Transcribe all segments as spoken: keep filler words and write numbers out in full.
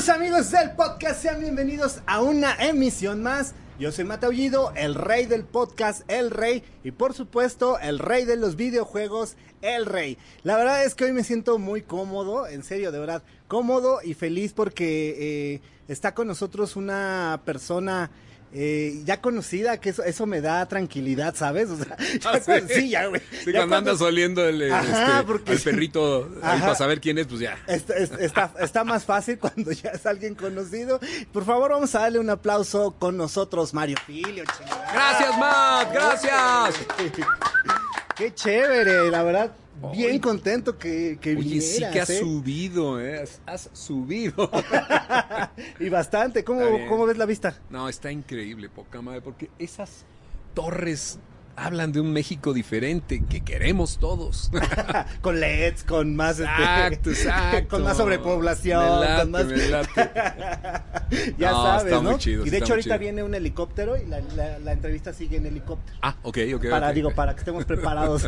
Queridos amigos del podcast, sean bienvenidos a una emisión más. Yo soy Mate Aullido, el rey del podcast, el rey, y por supuesto, el rey de los videojuegos, el rey. La verdad es que hoy me siento muy cómodo, en serio, de verdad, cómodo y feliz porque eh, está con nosotros una persona eh, ya conocida, que eso, eso me da tranquilidad, ¿sabes? O sea, ya ah, cuando, sí. sí, ya, güey. Sí, ya cuando, cuando andas oliendo el, Ajá, este, porque al sí. perrito ahí para saber quién es, pues ya. Está, está, está más fácil cuando ya es alguien conocido. Por favor, vamos a darle un aplauso con nosotros, Mario Filio. Chingada. Gracias, Matt, gracias. Qué chévere, la verdad. Bien Oye, contento que, que oye, vinieras. sí que has ¿eh? subido, ¿eh? Has, has subido. Y bastante. ¿Cómo, ¿Cómo ves la vista? No, está increíble, poca madre, porque esas torres hablan de un México diferente que queremos todos. Con L E Ds, con más exacto, este, exacto. Con más sobrepoblación, me late, con más me late. Ya no, sabes, está ¿no? Muy chido, y de hecho ahorita chido. viene un helicóptero y la, la, la entrevista sigue en helicóptero. Ah, ok, ok. Para, okay. digo, para que estemos preparados.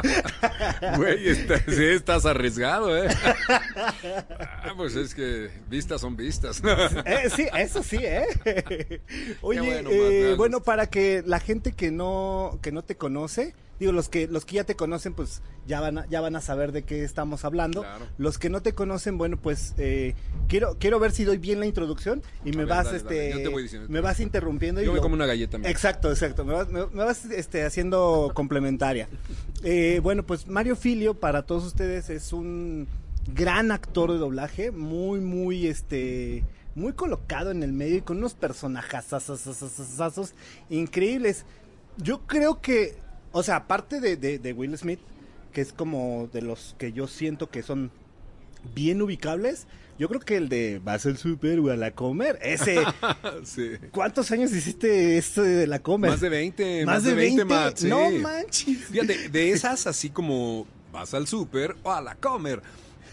Güey, está, sí estás arriesgado, ¿eh? Ah, pues es que vistas son vistas. eh, sí, eso sí, ¿eh? Oye, bueno, eh, man, bueno, para que la gente que no que no te conoce, digo, los que los que ya te conocen, pues ya van a, ya van a saber de qué estamos hablando. Claro. Los que no te conocen, bueno, pues eh, quiero quiero ver si doy bien la introducción y a me ver, vas dale, este dale. Yo te voy diciendo, me vas interrumpiendo. Yo y me lo... como una galleta. Mía. Exacto, exacto. Me vas, me, me vas este, haciendo complementaria. Eh, bueno, pues Mario Filio, para todos ustedes, es un gran actor de doblaje, muy, muy, este... muy colocado en el medio y con unos personajazos increíbles. Yo creo que, o sea, aparte de, de, de Will Smith, que es como de los que yo siento que son bien ubicables, yo creo que el de vas al súper o a la comer, ese. Sí. ¿Cuántos años hiciste esto de la comer? Más de veinte. Más, más de veinte, Matt, sí. No manches. Fíjate, de esas así como vas al súper o a la comer.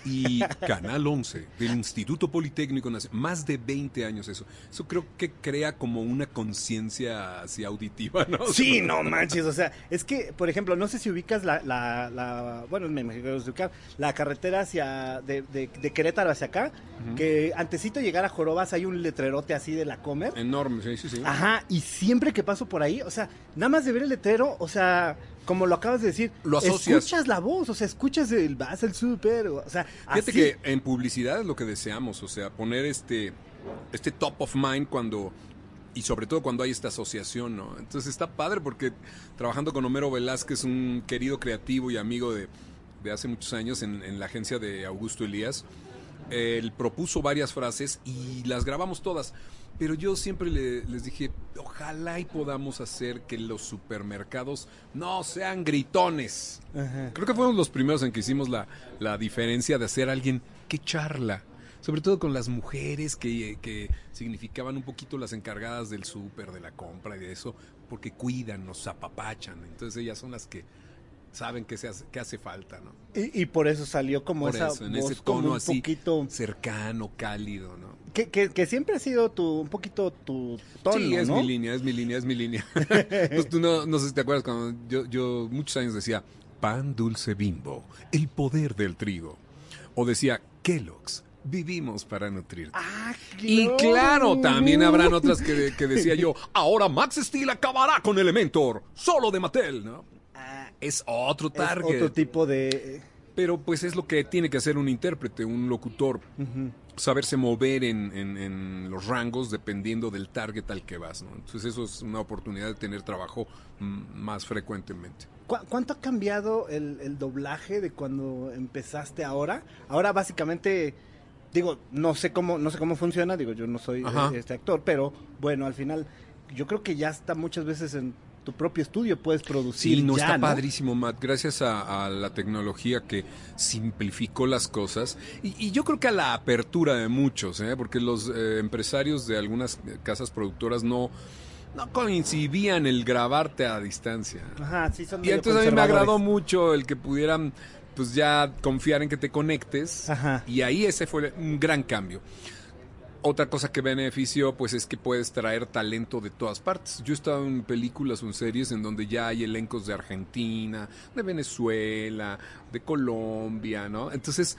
Y Canal once del Instituto Politécnico Nacional, más de veinte años eso. Eso creo que crea como una conciencia así auditiva, ¿no? Sí, no manches, o sea, es que, por ejemplo, no sé si ubicas la, la, la bueno, me imagino que ubicar, la carretera hacia, de, de, de Querétaro hacia acá, uh-huh. Que antesito de llegar a Jorobas hay un letrerote así de la comer. Enorme, sí, sí, sí. Ajá, y siempre que paso por ahí, o sea, nada más de ver el letrero, o sea... Como lo acabas de decir, lo asocias. Escuchas la voz, o sea, escuchas el vas al súper, o sea, fíjate así. Que en publicidad es lo que deseamos, o sea, poner este este top of mind cuando y sobre todo cuando hay esta asociación, ¿no? Entonces está padre porque trabajando con Homero Velázquez, un querido creativo y amigo de, de hace muchos años en, en la agencia de Augusto Elías, él propuso varias frases y las grabamos todas. Pero yo siempre le, les dije, ojalá y podamos hacer que los supermercados no sean gritones. Ajá. Creo que fuimos los primeros en que hicimos la, la diferencia de hacer a alguien que charla. Sobre todo con las mujeres que, que significaban un poquito las encargadas del súper, de la compra y de eso, porque cuidan, nos apapachan. Entonces ellas son las que saben que, se hace, que hace falta, ¿no? Y, y por eso salió como por esa eso, en voz ese tono como un así poquito cercano, cálido, ¿no? Que, que, que siempre ha sido tu un poquito tu tono, sí, es ¿no? mi línea, es mi línea, es mi línea. Pues tú no, no sé si te acuerdas cuando yo, yo muchos años decía pan dulce Bimbo, el poder del trigo. O decía Kellogg's, vivimos para nutrir. Ah, claro. Y claro, también habrán otras que, que decía yo, ahora Max Steel acabará con Elementor, solo de Mattel, ¿no? Ah, es otro target. Es otro tipo de... Pero pues es lo que tiene que hacer un intérprete, un locutor. Uh-huh. Saberse mover en, en, en los rangos dependiendo del target al que vas, ¿no? Entonces eso es una oportunidad de tener trabajo m- más frecuentemente. ¿Cu- ¿Cuánto ha cambiado el, el doblaje de cuando empezaste ahora? Ahora básicamente, digo, no sé cómo, no sé cómo funciona, digo, yo no soy Ajá. este actor, pero bueno, al final yo creo que ya está muchas veces en tu propio estudio puedes producir. Sí, no, ya, está ¿no? padrísimo, Matt, gracias a, a la tecnología que simplificó las cosas y, y yo creo que a la apertura de muchos, ¿eh? Porque los eh, empresarios de algunas casas productoras no, no coincidían el grabarte a distancia. Ajá, sí, son y entonces a mí me agradó mucho el que pudieran pues ya confiar en que te conectes. Ajá. Y ahí ese fue un gran cambio. Otra cosa que benefició, pues, es que puedes traer talento de todas partes. Yo he estado en películas o en series en donde ya hay elencos de Argentina, de Venezuela, de Colombia, ¿no? Entonces,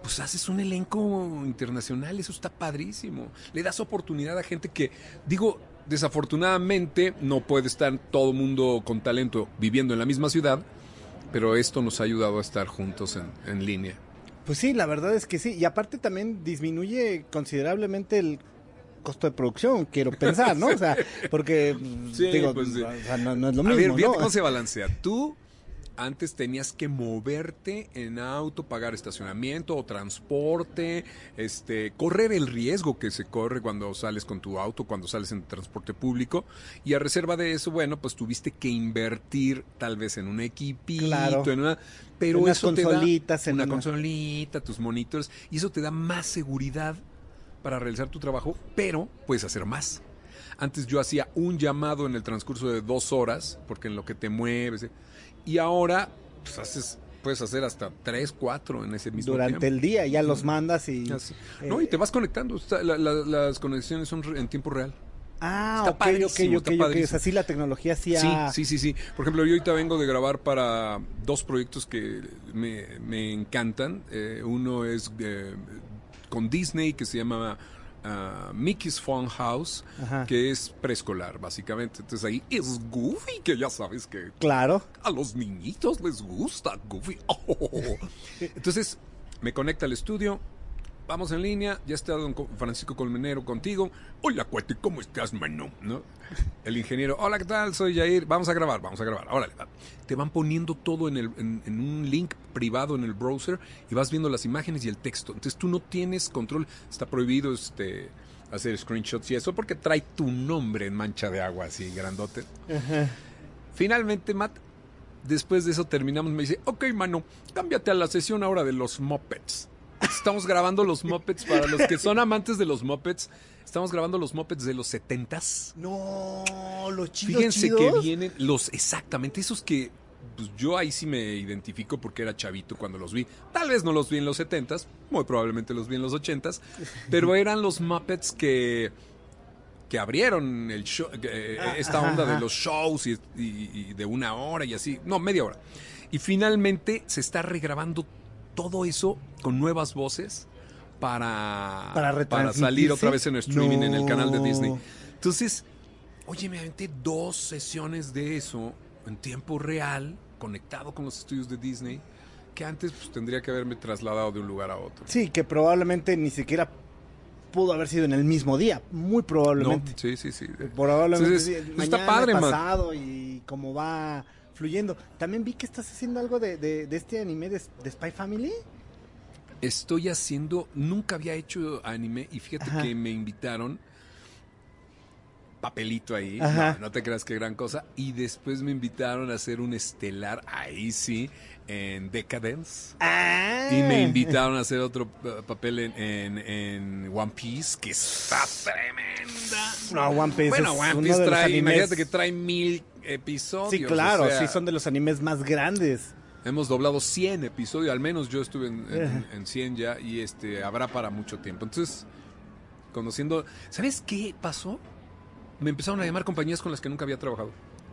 pues haces un elenco internacional, eso está padrísimo. Le das oportunidad a gente que, digo, desafortunadamente no puede estar todo mundo con talento viviendo en la misma ciudad, pero esto nos ha ayudado a estar juntos en, en línea. Pues sí, la verdad es que sí. Y aparte también disminuye considerablemente el costo de producción, quiero pensar, ¿no? O sea, porque, sí, digo, pues sí. o sea, no, no es lo mismo, a ver, fíjate ¿no? cómo se balancea. Tú antes tenías que moverte en auto, pagar estacionamiento o transporte, este, correr el riesgo que se corre cuando sales con tu auto, cuando sales en transporte público, y a reserva de eso, bueno, pues tuviste que invertir tal vez en un equipito, Claro. en una, pero Unas eso te da consolitas, en una una- consolita, tus monitores, y eso te da más seguridad para realizar tu trabajo, pero puedes hacer más. Antes yo hacía un llamado en el transcurso de dos horas, porque en lo que te mueves, eh, y ahora pues haces, puedes hacer hasta tres, cuatro en ese mismo Durante tiempo. el día ya los mandas y... Así. eh, No, y te vas conectando. Está- la- la- las conexiones son re- en tiempo real. Ah, está ok, ok, padrísimo, ok, está ok. padrísimo. O sea, sí, la tecnología sí Sí, ha... sí, sí, sí. Por ejemplo, yo ahorita vengo de grabar para dos proyectos que me, me encantan. Eh, uno es eh, con Disney, que se llama uh, Mickey's Fun House, Ajá. que es preescolar, básicamente. Entonces ahí es Goofy, que ya sabes que Claro. a los niñitos les gusta Goofy. Oh. Entonces me conecta al estudio. Vamos en línea, ya está don Francisco Colmenero contigo. Hola, cuate, ¿cómo estás, mano? ¿No? El ingeniero, hola, ¿qué tal? Soy Jair. Vamos a grabar, vamos a grabar. Órale, va. Te van poniendo todo en, el, en, en un link privado en el browser y vas viendo las imágenes y el texto. Entonces tú no tienes control. Está prohibido este, hacer screenshots y eso porque trae tu nombre en mancha de agua así, grandote. Ajá. Finalmente, Matt, después de eso terminamos. Me dice, ok, mano, cámbiate a la sesión ahora de los Muppets. Estamos grabando los Muppets para los que son amantes de los Muppets. Estamos grabando los Muppets de los setentas. No, los chidos, Fíjense chidos. que vienen los exactamente esos que pues yo ahí sí me identifico porque era chavito cuando los vi. Tal vez no los vi en los setentas, muy probablemente los vi en los ochentas, pero eran los Muppets que que abrieron el show, eh, esta onda de los shows y, y, y de una hora y así, no, media hora. Y finalmente se está regrabando todo eso con nuevas voces para, Para para salir otra retransmitirse. vez en streaming No. en el canal de Disney. Entonces, oye, me aventé dos sesiones de eso en tiempo real, conectado con los estudios de Disney, que antes pues tendría que haberme trasladado de un lugar a otro. Sí, que probablemente ni siquiera pudo haber sido en el mismo día, muy probablemente. No, sí, sí, sí. Probablemente Entonces, sí, está mañana, padre, man. pasado y cómo va fluyendo. También vi que estás haciendo algo de, de, de este anime de, de Spy Family. Estoy haciendo, nunca había hecho anime y fíjate Ajá. que me invitaron, papelito ahí, Ajá. no, no te creas que gran cosa, y después me invitaron a hacer un estelar, ahí sí, en Decadence. Ah. Y me invitaron a hacer otro uh, papel en, en, en One Piece, que está tremenda. No, One Piece Bueno, es One uno Piece de los trae, animes- imagínate que trae mil episodios. Sí, claro, o sea, sí son de los animes más grandes. hemos doblado cien episodios, al menos yo estuve en, en, Ajá. en cien ya, y este habrá para mucho tiempo. Entonces, conociendo... ¿Sabes qué pasó? Me empezaron a llamar compañías con las que nunca había trabajado.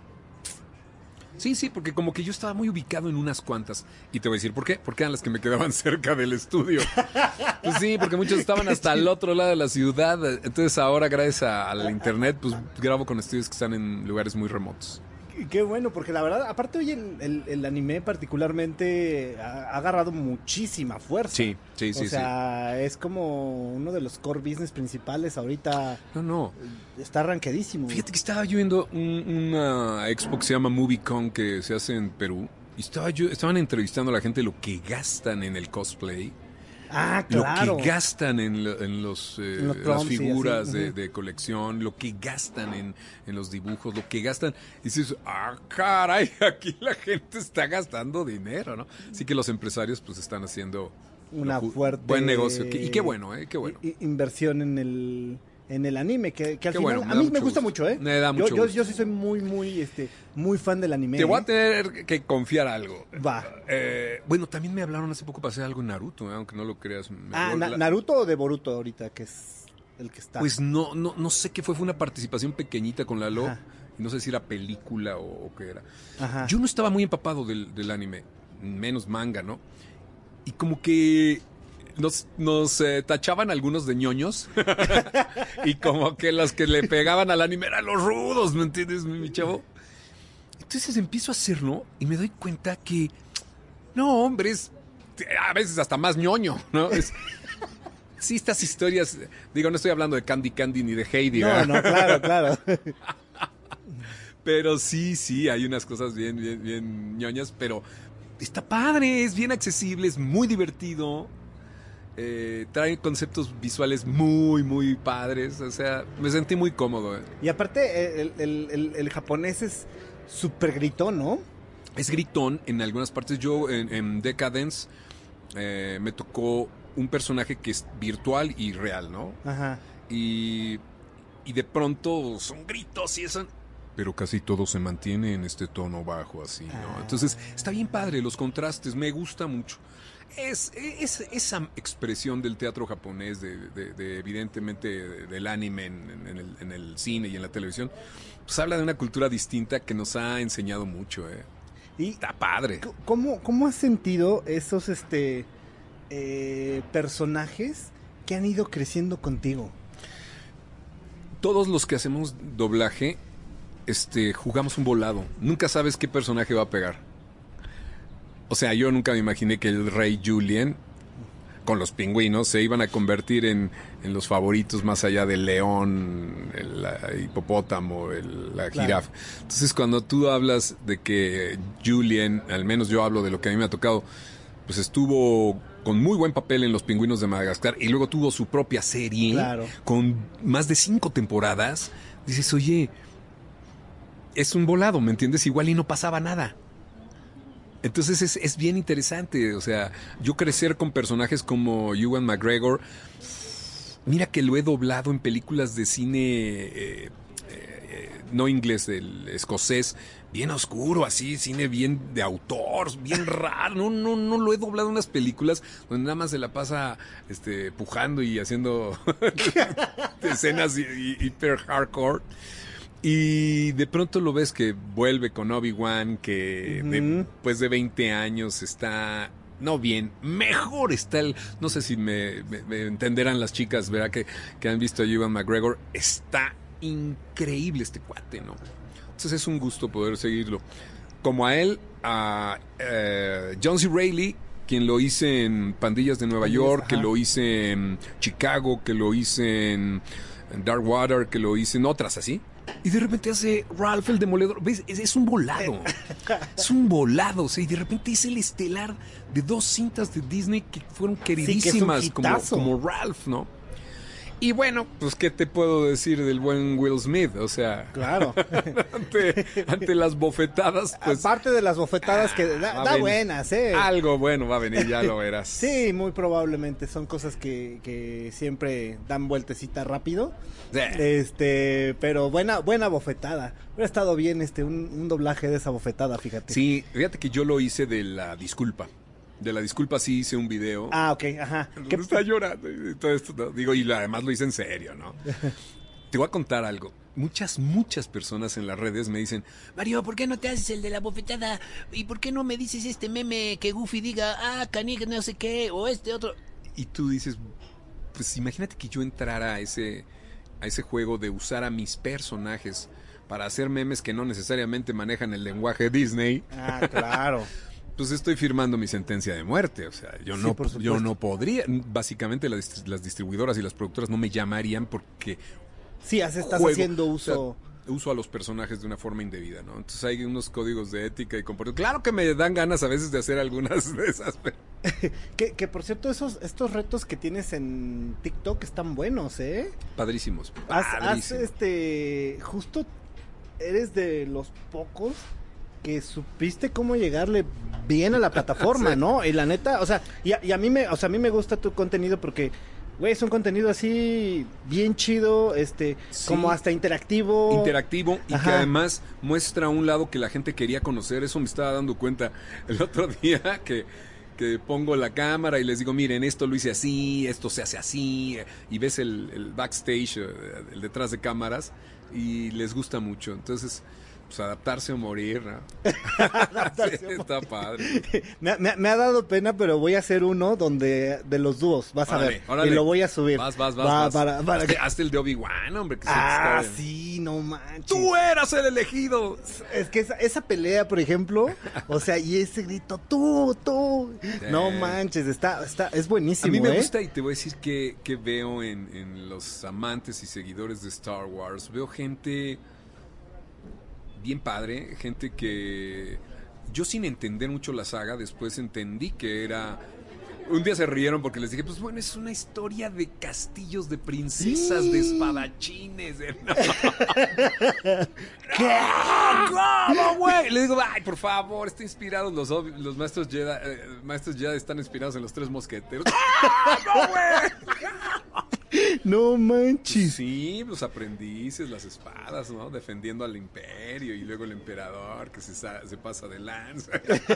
Sí, sí, porque como que yo estaba muy ubicado en unas cuantas. Y te voy a decir por qué. Porque eran las que me quedaban cerca del estudio. Pues sí, porque muchos estaban hasta el otro lado de la ciudad. Entonces ahora, gracias a- al internet, pues grabo con estudios que están en lugares muy remotos. Qué bueno, porque la verdad, aparte hoy el, el, el anime particularmente ha, ha agarrado muchísima fuerza. Sí, sí, sí, O sea, es como uno de los core business principales ahorita. sí. No, no. Está arranquedísimo. Fíjate que estaba yo viendo un- una expo que se llama MovieCon que se hace en Perú. Y estaba yo, estaban entrevistando a la gente lo que gastan en el cosplay. Ah, claro. Lo que gastan en, lo- en los, eh, En los las prompts y figuras así, de, ujú. de colección, lo que gastan en, en los dibujos, lo que gastan. Y dices, ah, caray, aquí la gente está gastando dinero, ¿no? Así que los empresarios pues están haciendo Una lo ju- fuerte buen negocio. Y qué bueno, ¿eh? Qué bueno. i- inversión en el en el anime que, que al Qué final bueno, me a da mí mucho me gusta gusto. mucho, ¿eh? Me da yo, mucho yo, gusto. yo sí soy muy muy este muy fan del anime. Te voy a ¿eh? tener que confiar algo. Va. Eh, bueno, también me hablaron hace poco para hacer algo en Naruto, ¿eh? Aunque no lo creas. Me- Ah, Na- la- Naruto o de Boruto ahorita que es el que está. Pues no, no, no sé qué fue, fue una participación pequeñita con Lalo. Ajá. Y no sé si era película o, o qué era. Ajá. Yo no estaba muy empapado del, del anime, menos manga, ¿no? Y como que nos, nos eh, tachaban algunos de ñoños y como que los que le pegaban al anime eran los rudos, ¿me entiendes, mi, mi chavo? Entonces empiezo a hacerlo y me doy cuenta que, no, hombre, es a veces hasta más ñoño, ¿no? Es, sí, estas historias, digo, no estoy hablando de Candy Candy ni de Heidi, no, ¿verdad? No, claro, claro. Pero sí, sí, hay unas cosas bien, bien, bien ñoñas, pero está padre, es bien accesible, es muy divertido, eh, trae conceptos visuales muy, muy padres, o sea, me sentí muy cómodo. Eh. Y aparte, el, el, el, el japonés es súper gritón, ¿no? Es gritón en algunas partes. Yo en, en Decadence eh, me tocó un personaje que es virtual y real, ¿no? Ajá. Y, y de pronto son gritos y eso... Pero casi todo se mantiene en este tono bajo, así, ¿no? Ah. Entonces, está bien padre, los contrastes, me gusta mucho. Es, es esa expresión del teatro japonés, de, de, de evidentemente de, del anime en, en, el, en el cine y en la televisión, pues habla de una cultura distinta que nos ha enseñado mucho, ¿eh? Y está padre. ¿Cómo, cómo has sentido esos este eh, personajes que han ido creciendo contigo? Todos los que hacemos doblaje... Este, jugamos un volado. Nunca sabes qué personaje va a pegar. O sea, yo nunca me imaginé que el rey Julien con los pingüinos se iban a convertir en, en los favoritos más allá del león, el hipopótamo, el, la claro. jirafa. Entonces, cuando tú hablas de que Julien, al menos yo hablo de lo que a mí me ha tocado, pues estuvo con muy buen papel en Los Pingüinos de Madagascar y luego tuvo su propia serie claro. con más de cinco temporadas. Dices, oye... es un volado, ¿me entiendes? Igual y no pasaba nada. Entonces es, es bien interesante. O sea, yo crecer con personajes como Ewan McGregor, mira que lo he doblado en películas de cine eh, eh, no inglés, el escocés, bien oscuro, así, cine bien de autor, bien raro. No, no, no lo he doblado en unas películas donde nada más se la pasa este, pujando y haciendo escenas hiper hardcore. Y de pronto lo ves que vuelve con Obi-Wan, que uh-huh. después de veinte años está, no bien, mejor está el, no sé si me, me, me entenderán las chicas, ¿verdad? Que, que han visto a Ewan McGregor, está increíble este cuate, ¿no? Entonces es un gusto poder seguirlo. Como a él, a uh, John C. Reilly, quien lo hice en Pandillas de Nueva York, Ajá. que lo hice en Chicago, que lo hice en, en Darkwater, que lo hice en otras así. Y de repente hace Ralph el Demoledor. ¿Ves? Es, es un volado. Es un volado. O sea, y de repente es el estelar de dos cintas de Disney que fueron queridísimas, sí, que como, como Ralph, ¿no? Y bueno, pues ¿qué te puedo decir del buen Will Smith? O sea, claro. ante, ante las bofetadas, pues... Aparte de las bofetadas ah, que da, da buenas, ¿eh? Algo bueno va a venir, ya lo verás. Sí, muy probablemente. Son cosas que, que siempre dan vueltecita rápido. Sí. Este, pero buena, buena bofetada. Hubiera estado bien este un, un doblaje de esa bofetada, fíjate. Sí, fíjate que yo lo hice de La Disculpa. De La Disculpa sí hice un video. Ah, ok, ajá. ¿Qué está llorando? Y todo esto, ¿no? Digo, y además lo hice en serio, ¿no? Te voy a contar algo. Muchas, muchas personas en las redes me dicen, Mario, ¿por qué no te haces el de la bofetada? ¿Y por qué no me dices este meme que Goofy diga, ah, Canig no sé qué, o este otro? Y tú dices, pues imagínate que yo entrara a ese, a ese juego de usar a mis personajes para hacer memes que no necesariamente manejan el lenguaje Disney. Ah, claro. Pues estoy firmando mi sentencia de muerte, o sea, yo no, sí, yo no podría, básicamente las, las distribuidoras y las productoras no me llamarían porque sí, estás juego, haciendo uso, o sea, uso a los personajes de una forma indebida, ¿no? Entonces hay unos códigos de ética y comportamiento. Claro que me dan ganas a veces de hacer algunas de esas. Pero... que, que por cierto, esos estos retos que tienes en TikTok están buenos, ¿eh? Padrísimos. Haz, haz este, justo eres de los pocos que supiste cómo llegarle bien a la plataforma, sí. ¿no? Y la neta, o sea, y a, y a mí me, o sea, a mí me gusta tu contenido porque, güey, es un contenido así bien chido, este, sí. como hasta interactivo. Interactivo y Ajá. que además muestra un lado que la gente quería conocer. Eso me estaba dando cuenta el otro día que que pongo la cámara y les digo, miren, esto lo hice así, esto se hace así, y ves el, el backstage, el detrás de cámaras, y les gusta mucho. Entonces, pues adaptarse o morir, ¿no? Adaptarse Sí, o está morir. padre. Me, me- me ha dado pena, pero voy a hacer uno donde de los dúos, vas a Órale, ver. órale. Y lo voy a subir. Vas, vas, vas. Va, vas. Para, para Hazte, que- hazte el de Obi-Wan, hombre. Que se Ah, está- sí, no manches. ¡Tú eras el elegido! Es que esa, esa pelea, por ejemplo, o sea, y ese grito, tú, tú. No manches, está, está, es A buenísimo, mí me ¿eh? gusta y te voy a decir que, que veo en, en los amantes y seguidores de Star Wars. Veo gente bien padre, gente que yo sin entender mucho la saga, después entendí que era... Un día se rieron porque les dije, pues bueno, es una historia de castillos, de princesas, Sí. de espadachines. De... No. ¿Qué? ¿Cómo, güey? Le digo, ay, por favor, está inspirado. Los, ob- los maestros Jedi, eh, maestros Jedi están inspirados en los tres mosqueteros. ¡Ah, no, güey! No manches. Sí, los aprendices, las espadas, ¿no? Defendiendo al imperio y luego el emperador que se, sa- se pasa de lanza.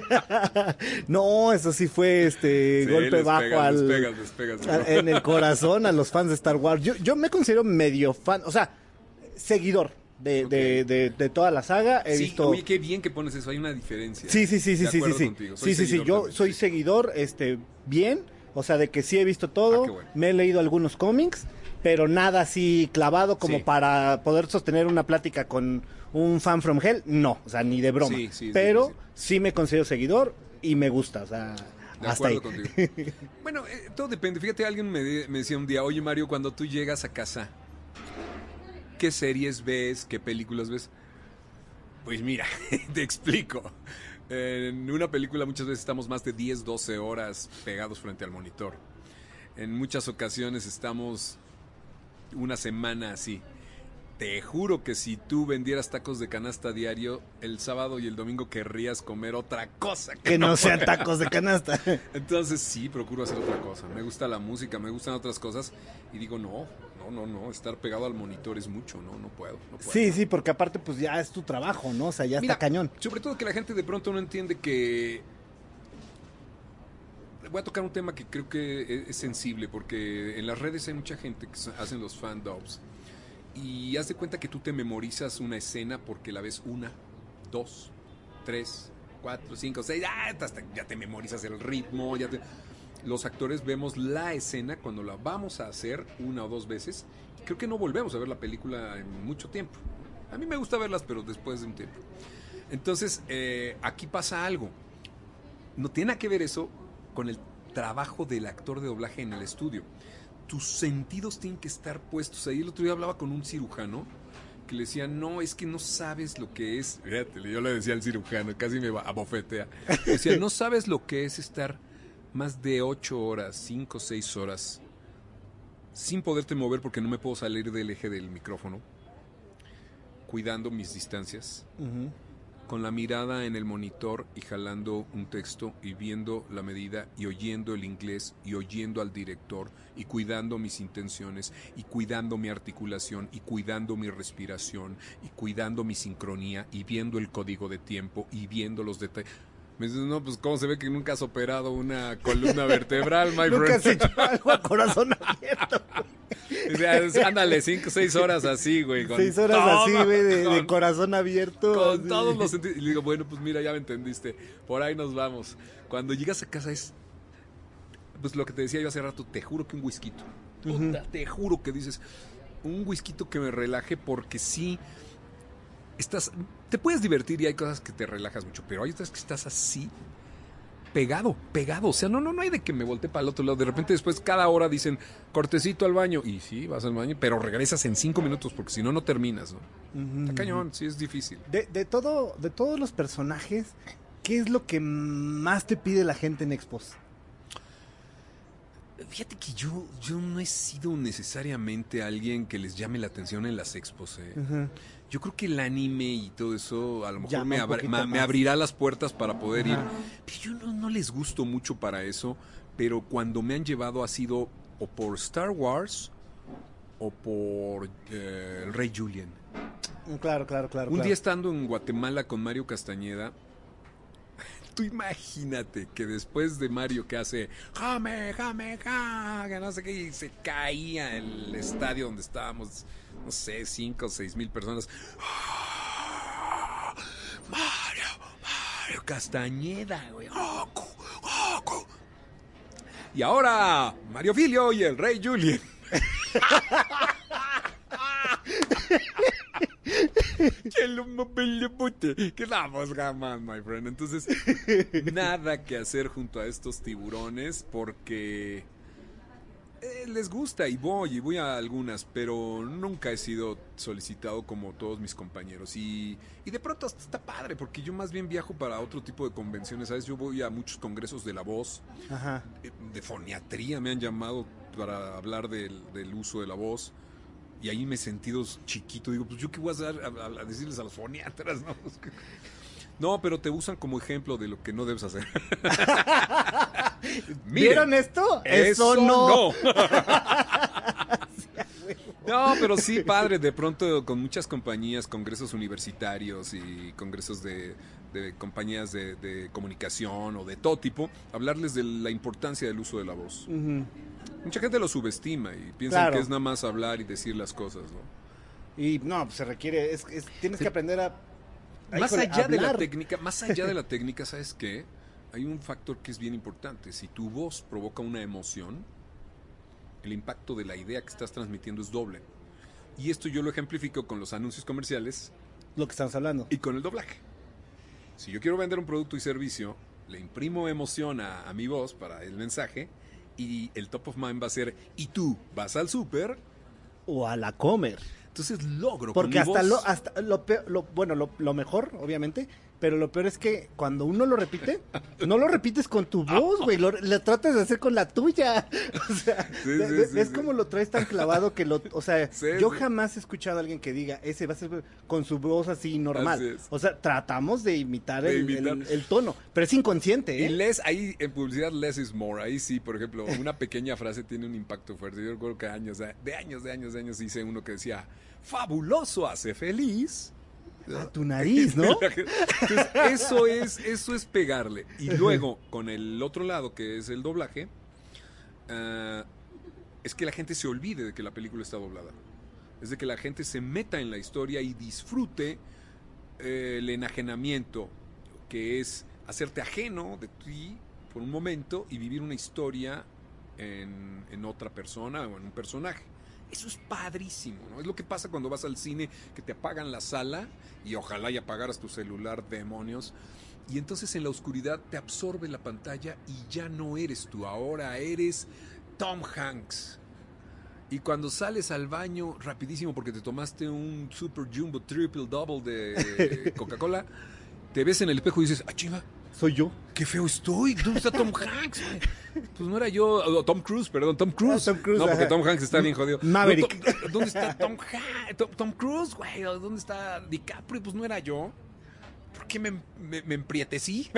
No, eso sí fue este Sí, golpe les bajo pegas, al, les pegas, les pegas, ¿no? a- en el corazón a los fans de Star Wars. Yo, yo me considero medio fan, o sea, seguidor de, Ok. de, de, de toda la saga. He Sí, visto. oye, qué bien que pones eso, hay una diferencia. Sí, sí, sí, sí, De sí, sí, acuerdo sí. contigo, soy Sí, sí, sí. seguidor Yo también, soy sí. seguidor, este, bien. O sea, de que sí he visto todo. Ah, qué bueno. Me he leído algunos cómics, pero nada así clavado como Sí. para poder sostener una plática con un fan from hell. No, o sea, ni de broma. Sí, sí, es pero difícil. sí me considero seguidor y me gusta, o sea, De hasta ahí. acuerdo contigo. Bueno, eh, todo depende. Fíjate, alguien me, de- me decía un día, oye Mario, cuando tú llegas a casa, ¿qué series ves? ¿Qué películas ves? Pues mira, te explico. En una película muchas veces estamos más de diez, doce horas pegados frente al monitor. En muchas ocasiones estamos una semana así. Te juro que si tú vendieras tacos de canasta diario, el sábado y el domingo querrías comer otra cosa. Que no sean tacos de canasta. Entonces sí, procuro hacer otra cosa. Me gusta la música, me gustan otras cosas. Y digo, no, no, no, no. Estar pegado al monitor es mucho, no, no puedo. No puedo. Sí, sí, porque aparte pues ya es tu trabajo, ¿no? O sea, ya Mira, está cañón. Sobre todo que la gente de pronto no entiende que... Voy a tocar un tema que creo que es, es sensible, porque en las redes hay mucha gente que so- hacen los fandubs. Y haz de cuenta que tú te memorizas una escena porque la ves una, dos, tres, cuatro, cinco, seis, ah, hasta ya te memorizas el ritmo, ya te... Los actores vemos la escena cuando la vamos a hacer una o dos veces. Creo que no volvemos a ver la película en mucho tiempo. A mí me gusta verlas, pero después de un tiempo. Entonces, eh, aquí pasa algo. No tiene nada que ver eso con el trabajo del actor de doblaje en el estudio. Tus sentidos tienen que estar puestos ahí. El otro día hablaba con un cirujano que le decía, no, es que no sabes lo que es. Fíjate, yo le decía al cirujano, casi me va a bofetea. Le decía, no sabes lo que es estar más de ocho horas, cinco, seis horas, sin poderte mover porque no me puedo salir del eje del micrófono, cuidando mis distancias, Ujú. con la mirada en el monitor y jalando un texto y viendo la medida y oyendo el inglés y oyendo al director y cuidando mis intenciones y cuidando mi articulación y cuidando mi respiración y cuidando mi sincronía y viendo el código de tiempo y viendo los detalles. Me dices, no, pues cómo se ve que nunca has operado una columna vertebral, my Nunca has friend. hecho algo a corazón abierto. O sea, ándale, cinco, seis horas así, güey. con Seis horas todo, así, güey, de, de con- corazón abierto. Con así. todos los sentidos. Y le digo, bueno, pues mira, ya me entendiste. Por ahí nos vamos. Cuando llegas a casa es... Pues lo que te decía yo hace rato, te juro que un whisky. Puta, te juro que dices, un whisky que me relaje porque sí... Estás... Te puedes divertir y hay cosas que te relajas mucho, pero hay otras que estás así... Pegado, pegado. O sea, no, no, no hay de que me voltee para el otro lado. De repente después cada hora dicen, cortecito al baño. Y sí, vas al baño, pero regresas en cinco minutos porque si no, no terminas, ¿no? Ujú, Está ujú. cañón, sí es difícil. De, de todo, de todos los personajes, ¿qué es lo que más te pide la gente en Expos? Fíjate que yo, yo no he sido necesariamente alguien que les llame la atención en las expos. ¿eh? Ujú. Yo creo que el anime y todo eso a lo mejor Llama me, un abra- poquito ma- me más. abrirá las puertas para poder ir. Ajá. Pero yo no, no les gusto mucho para eso, pero cuando me han llevado ha sido o por Star Wars o por eh, el Rey Julian. Claro, claro, claro. Un claro. día estando en Guatemala con Mario Castañeda, tú imagínate que después de Mario que hace jame, jame, ja, que no sé qué, y se caía el estadio donde estábamos, no sé, cinco o seis mil personas. Castañeda, güey. Goku, Goku. Y ahora, Mario Filio y el Rey Julien. Que damos jamás, my friend. Entonces, nada que hacer junto a estos tiburones porque eh, les gusta y voy, y voy a algunas, pero nunca he sido solicitado como todos mis compañeros. Y, y de pronto hasta está padre, porque yo más bien viajo para otro tipo de convenciones, ¿sabes? Yo voy a muchos congresos de la voz, Ajá. de foniatría, me han llamado para hablar del, del uso de la voz. Y ahí me he sentido chiquito. Digo, pues yo qué voy a, hacer, a, a decirles a los foniatras, ¿no? No, pero te usan como ejemplo de lo que no debes hacer. Miren, ¿vieron esto? Eso, Eso no. no. No, pero sí, padre, de pronto con muchas compañías, congresos universitarios y congresos de, de compañías de, de comunicación o de todo tipo, hablarles de la importancia del uso de la voz. Uh-huh. Mucha gente lo subestima y piensan Claro. que es nada más hablar y decir las cosas, ¿no? Y no, pues se requiere, es, es- tienes Sí. que aprender a... a, Más híjole, allá de la hablar. técnica, más allá de la técnica, ¿sabes qué? Hay un factor que es bien importante. Si tu voz provoca una emoción, el impacto de la idea que estás transmitiendo es doble. Y esto yo lo ejemplifico con los anuncios comerciales Lo que estamos hablando. y con el doblaje. Si yo quiero vender un producto y servicio, le imprimo emoción a, a mi voz para el mensaje y el top of mind va a ser, y tú vas al súper, O a la comer. entonces logro Porque con mi hasta voz- lo, hasta lo peor, lo, bueno, lo, lo mejor, obviamente, pero lo peor es que cuando uno lo repite, no lo repites con tu voz, güey, lo, lo tratas de hacer con la tuya. O sea, Sí, ve- sí, ve- sí, ves sí. cómo lo traes tan clavado que lo, o sea, Sí, yo sí. jamás he escuchado a alguien que diga, ese va a ser con su voz así normal. Así es. O sea, tratamos de imitar, De el, imitar. el- el tono, pero es inconsciente, Y ¿eh? less, ahí en publicidad less is more. Ahí sí, por ejemplo, una pequeña frase tiene un impacto fuerte. Yo recuerdo que años, de años, de años, de años hice uno que decía, fabuloso hace feliz. A tu nariz, ¿no? Entonces, eso es, eso es pegarle. Y luego, con el otro lado, que es el doblaje, ah, es que la gente se olvide de que la película está doblada. Es de que la gente se meta en la historia y disfrute eh, el enajenamiento, que es hacerte ajeno de ti por un momento y vivir una historia en, en otra persona o en un personaje. Eso es padrísimo, ¿no? Es lo que pasa cuando vas al cine, que te apagan la sala y ojalá y apagaras tu celular, demonios. Y entonces en la oscuridad te absorbe la pantalla y ya no eres tú, ahora eres Tom Hanks. Y cuando sales al baño rapidísimo porque te tomaste un Super Jumbo Triple Double de Coca-Cola, te ves en el espejo y dices, ah, chiva, Soy yo. qué feo estoy. ¿Dónde está Tom Hanks, güey? Pues no era yo. o Tom Cruise, perdón, Tom Cruise. Ah, Tom Cruise, no, porque ajá. Tom Hanks está bien jodido. Maverick. No, Tom- ¿Dónde está Tom, Han- Tom, Tom Cruise, güey? ¿Dónde está DiCaprio? Pues no era yo. ¿Por qué me, me, me emprietecí?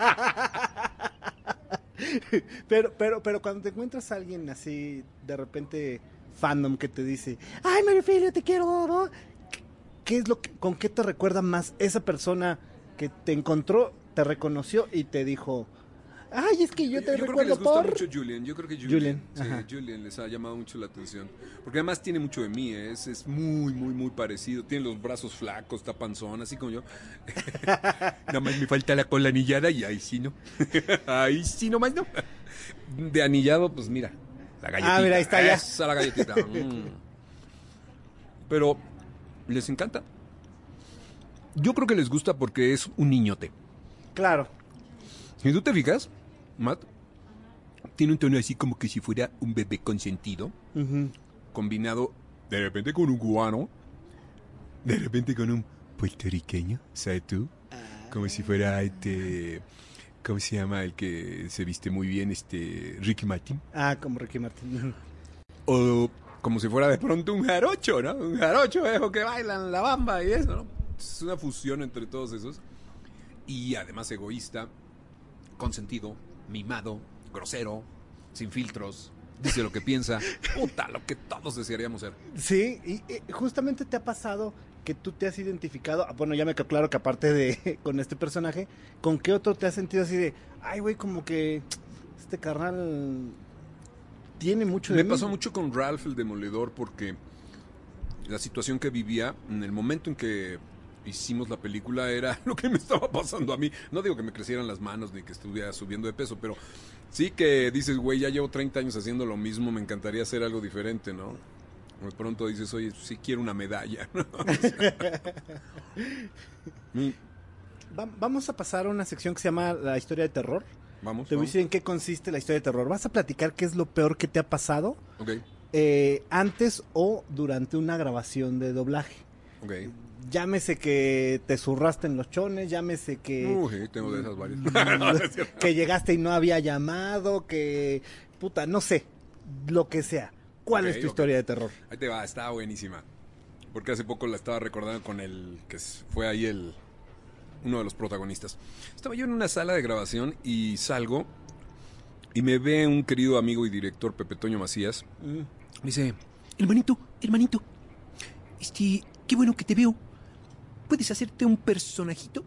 Pero, pero, pero cuando te encuentras a alguien así, de repente, fandom que te dice, ay, Mario Filio, te quiero, ¿no? ¿Qué es lo que, con qué te recuerda más esa persona que te encontró, te reconoció y te dijo, ay, es que yo te creo que recuerdo les gusta por... mucho Julian. Yo creo que Julian, Julian, sí, ajá. Julian les ha llamado mucho la atención. Porque además tiene mucho de mí, ¿eh? es, es muy, muy, muy parecido. Tiene los brazos flacos, está panzón, así como yo. Nada más me falta la cola anillada y ahí sí no. Ahí sí nomás no. De anillado, pues mira, la galletita. Ah, mira, ahí está ya. Esa, la galletita. Mm. Pero les encanta. Yo creo que les gusta porque es un niñote. Claro. Si tú te fijas, Matt, tiene un tono así como que si fuera un bebé consentido, Ujú. combinado de repente con un cubano, de repente con un puertorriqueño, ¿sabes tú? Como si fuera este, ¿cómo se llama el que se viste muy bien, este, Ricky Martin? Ah, como Ricky Martin. O como si fuera de pronto un jarocho, ¿no? Un jarocho, viejo, que bailan la bamba y eso, ¿no? Es una fusión entre todos esos. Y además egoísta, consentido, mimado, grosero, sin filtros, dice lo que piensa. Puta, lo que todos desearíamos ser. Sí, y, y justamente te ha pasado que tú te has identificado, ah, bueno, ya me quedó claro que aparte de con este personaje, ¿con qué otro te has sentido así de, ay, güey, como que este carnal tiene mucho de Me mí"? pasó mucho con Ralph el Demoledor porque la situación que vivía, en el momento en que hicimos la película era lo que me estaba pasando a mí. No digo que me crecieran las manos ni que estuviera subiendo de peso, pero sí que dices, güey, ya llevo treinta años haciendo lo mismo, me encantaría hacer algo diferente, ¿no? De pronto dices, oye, sí quiero una medalla, ¿no? Va- Vamos a pasar a una sección que se llama la historia de terror. Vamos. Te voy a vamos. decir en qué consiste la historia de terror. Vas a platicar qué es lo peor que te ha pasado Ok, eh, antes o durante una grabación de doblaje. ok. Llámese que te zurraste en los chones, llámese que... Uy, sí, tengo de esas varias. No, no es cierto. que llegaste y no había llamado, que... Puta, no sé, lo que sea. ¿Cuál Ok, es tu ok. historia de terror? Ahí te va, estaba buenísima. Porque hace poco la estaba recordando con el que fue ahí el uno de los protagonistas. Estaba yo en una sala de grabación y salgo y me ve un querido amigo y director, Pepe Toño Macías. Mm. Me dice, hermanito, hermanito, este, qué bueno que te veo. ¿Puedes hacerte un personajito?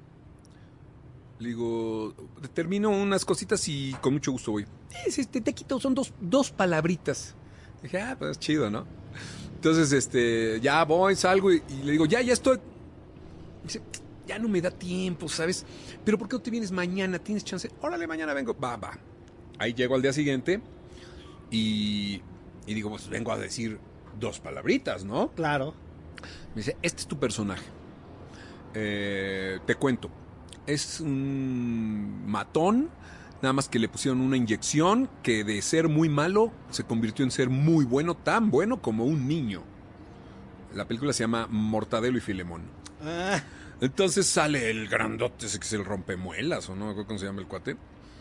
Le digo, termino unas cositas y con mucho gusto voy. Es este, te quito, son dos, dos palabritas. Dije, ah, pues chido, ¿no? Entonces, este, ya voy, salgo y, y le digo, ya, ya estoy. Dice, ya no me da tiempo, ¿sabes? Pero ¿por qué no te vienes mañana? ¿Tienes chance? Órale, mañana vengo. Va, va. Ahí llego al día siguiente y, y digo, pues vengo a decir dos palabritas, ¿no? Claro. Me dice, este es tu personaje. Eh, te cuento. Es un matón, nada más que le pusieron una inyección que de ser muy malo se convirtió en ser muy bueno, tan bueno como un niño. La película se llama Mortadelo y Filemón. Ah, Entonces sale el grandote, ese que es el rompemuelas, o no, ¿cómo se llama el cuate?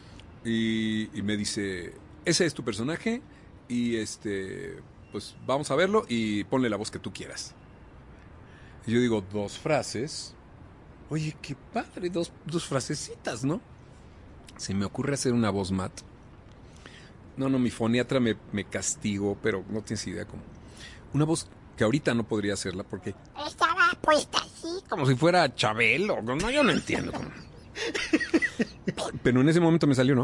Y, y me dice, ese es tu personaje y este, pues vamos a verlo y ponle la voz que tú quieras. Y yo digo, dos frases. Oye, qué padre, dos, dos frasecitas, ¿no? Se me ocurre hacer una voz mat. No, no, mi foniatra me, me castigó, pero no tienes idea cómo. Una voz que ahorita no podría hacerla porque Estaba puesta así. como si fuera Chabelo. No, yo no entiendo cómo. Pero en ese momento me salió, ¿no?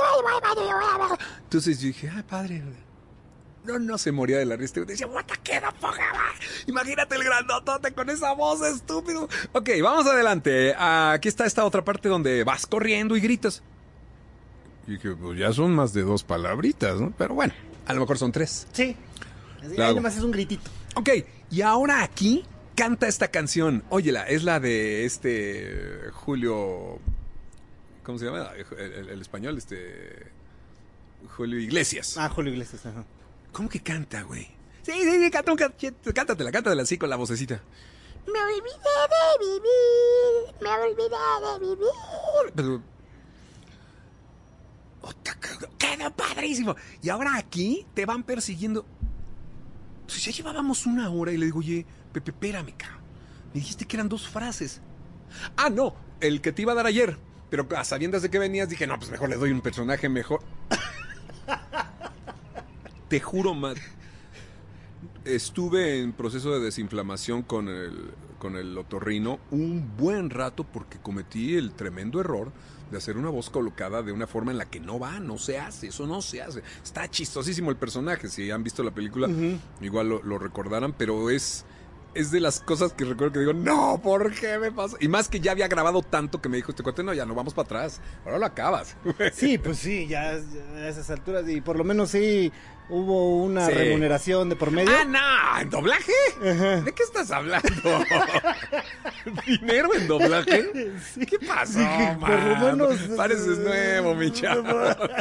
Entonces yo dije, ah, padre. No, no se moría de la risa. Decía, what the fuck, imagínate el grandotote con esa voz, estúpido. Ok, vamos adelante. Aquí está esta otra parte donde vas corriendo y gritas. Y dije, pues ya son más de dos palabritas, ¿no? Pero bueno, a lo mejor son tres. sí. Así, La ahí hago. nomás es un gritito. Ok, y ahora aquí canta esta canción. Óyela, es la de este Julio... ¿Cómo se llama? El, el- el español, este... Julio Iglesias. Ah, Julio Iglesias. Ajá. ¿Cómo que canta, güey? Sí, sí, sí, canta un cachete. Cántatela, cántatela así con la vocecita. Me olvidé de vivir. Me olvidé de vivir. Pero... Ota, quedó padrísimo. Y ahora aquí te van persiguiendo. Pues ya llevábamos una hora y le digo, oye, Pepe, espérame, cabrón. Me dijiste que eran dos frases. Ah, no, el que te iba a dar ayer. Pero a sabiendas de que venías, dije, no, pues mejor le doy un personaje mejor. Te juro, Matt. Estuve en proceso de desinflamación con el, con el otorrino un buen rato porque cometí el tremendo error de hacer una voz colocada de una forma en la que no va, no se hace, eso no se hace. Está chistosísimo el personaje, si han visto la película, Uh-huh. igual lo, lo recordarán, pero es, es de las cosas que recuerdo que digo, no, ¿por qué me pasa? Y más que ya había grabado tanto que me dijo este cuate, no, ya no vamos para atrás, ahora lo acabas. Sí, pues sí, ya, ya a esas alturas. Y por lo menos sí hubo una Sí. remuneración de por medio. Ah, no, ¿en doblaje? Ajá. ¿De qué estás hablando? ¿Dinero en doblaje? ¿Qué pasó, por lo man? menos, Pareces eh, nuevo, mi chavo.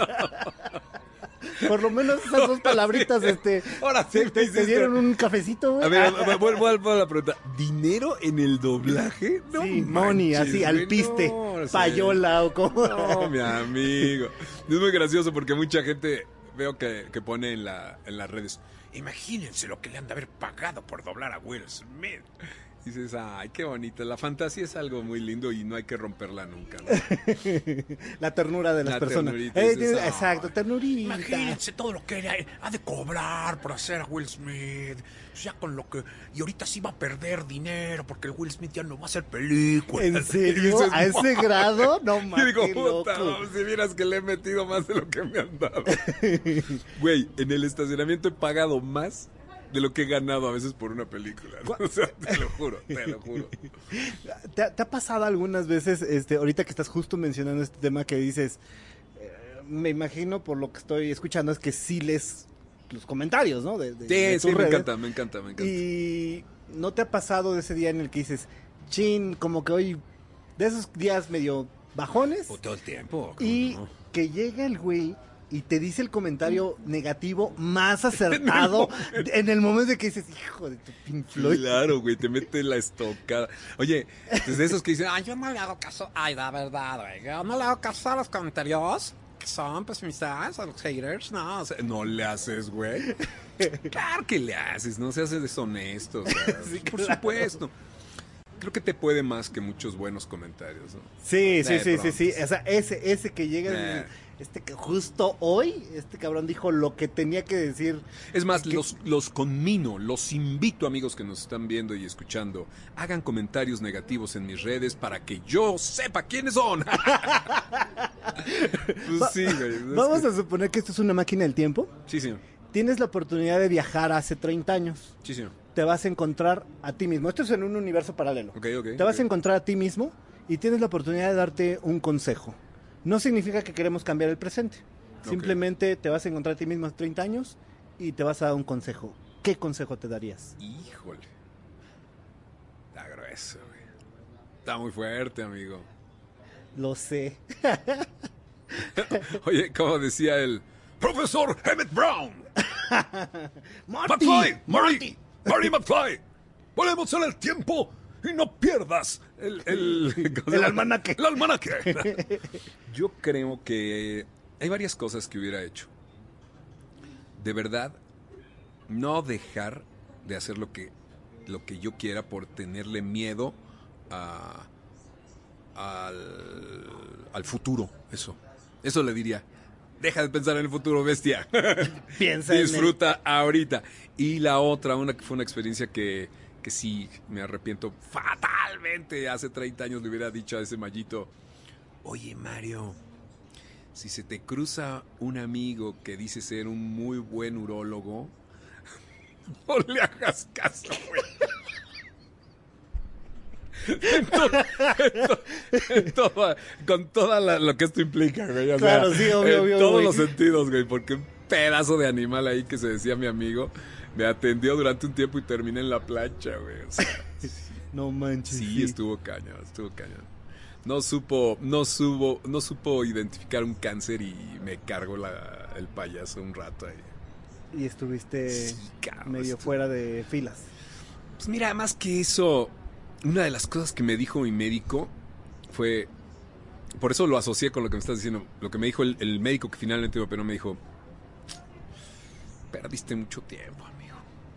Por lo menos esas dos palabritas, este, Ahora sí te, me te- te hiciste- dieron un cafecito, güey. A ver, vuelvo a la pregunta. ¿Dinero en el doblaje? No Sí, money, manches, así, güey, alpiste, no, o sea, payola o como. No, mi amigo. Es muy gracioso porque mucha gente veo que, que pone en, la, en las redes. Imagínense lo que le han de haber pagado por doblar a Will Smith. Y dices, ay, qué bonito. La fantasía es algo muy lindo y no hay que romperla nunca, ¿no? La ternura de las La personas. ternurita, Eh, dices, "Ay, exacto, ternurita. Imagínense todo lo que ha de cobrar por hacer a Will Smith. Ya con lo que... Y ahorita sí va a perder dinero porque el Will Smith ya no va a hacer películas. ¿En Y serio? dices, ¿A ese "Wow". grado? No Y mames, digo, qué puta, loco. no, si vieras que le he metido más de lo que me han dado. Güey, en el estacionamiento he pagado más de lo que he ganado a veces por una película, ¿no? O sea, te lo juro, te lo juro. ¿Te, te ha pasado algunas veces, este, ahorita que estás justo mencionando este tema que dices, eh, me imagino por lo que estoy escuchando es que sí lees los comentarios, ¿no? De, de, Sí, de tus sí, me redes. encanta, me encanta, me encanta. Y ¿no te ha pasado de ese día en el que dices, chin, como que hoy, de esos días medio bajones, O todo el tiempo. y ¿no? que llega el güey y te dice el comentario negativo más acertado en el momento de que dices, hijo de tu Pink Floyd? Claro, güey, te mete la estocada. Oye, desde esos que dicen, ay, Ay, yo no le hago caso. Ay, la verdad, güey. Yo no le hago caso a los comentarios que son pesimistas, a los haters. No, o sea, no le haces, güey. Claro que le haces, no se hace deshonesto. O sea, Sí, por claro. supuesto. Creo que te puede más que muchos buenos comentarios, ¿no? Sí, sí, De sí, sí, pronto. sí. O sea, ese, ese que llega, Eh. este que justo hoy, este cabrón dijo lo que tenía que decir. Es más, ¿Qué? los, los conmino, los invito, amigos que nos están viendo y escuchando, hagan comentarios negativos en mis redes para que yo sepa quiénes son. Pues sí, güey. es Vamos que- a suponer que esto es una máquina del tiempo. Sí, señor. Tienes la oportunidad de viajar hace treinta años. Sí, señor. Te vas a encontrar a ti mismo. Esto es en un universo paralelo. Ok, ok. Te vas ok. a encontrar a ti mismo y tienes la oportunidad de darte un consejo. No significa que queremos cambiar el presente. Ok. Simplemente te vas a encontrar a ti mismo a treinta años y te vas a dar un consejo. ¿Qué consejo te darías? Híjole. Está grueso, güey. Está muy fuerte, amigo. Lo sé. Oye, como decía el profesor Emmett Brown. ¡Marty! McFly, Marty, Marty McFly. Volvemos en el tiempo y no pierdas el... El, ¿cómo se El llama? almanaque. El almanaque. Yo creo que hay varias cosas que hubiera hecho. De verdad, no dejar de hacer lo que, lo que yo quiera por tenerle miedo a, al, al futuro. Eso. Eso le diría. Deja de pensar en el futuro, bestia. Piensa en Disfruta ahorita. Y la otra, una que fue una experiencia que, que sí me arrepiento fatalmente. Hace treinta años le hubiera dicho a ese mallito, oye Mario, si se te cruza un amigo que dice ser un muy buen urólogo, no le hagas caso, güey. En to- en to- en toda- con toda la- lo que esto implica, güey. O Claro, sea, sí, obvio, en obvio, todos güey. los sentidos, güey. Porque un pedazo de animal ahí que se decía mi amigo me atendió durante un tiempo y terminé en la plancha, güey. O sea, No manches. sí, estuvo cañón, estuvo cañón. No supo, no supo, no supo identificar un cáncer y me cargó la, el payaso un rato ahí. Y estuviste Sí, cabrón, medio estuvo- fuera de filas. Pues mira, más que eso, una de las cosas que me dijo mi médico fue, por eso lo asocié con lo que me estás diciendo, lo que me dijo el, el médico que finalmente me operó, me dijo, perdiste mucho tiempo, amigo.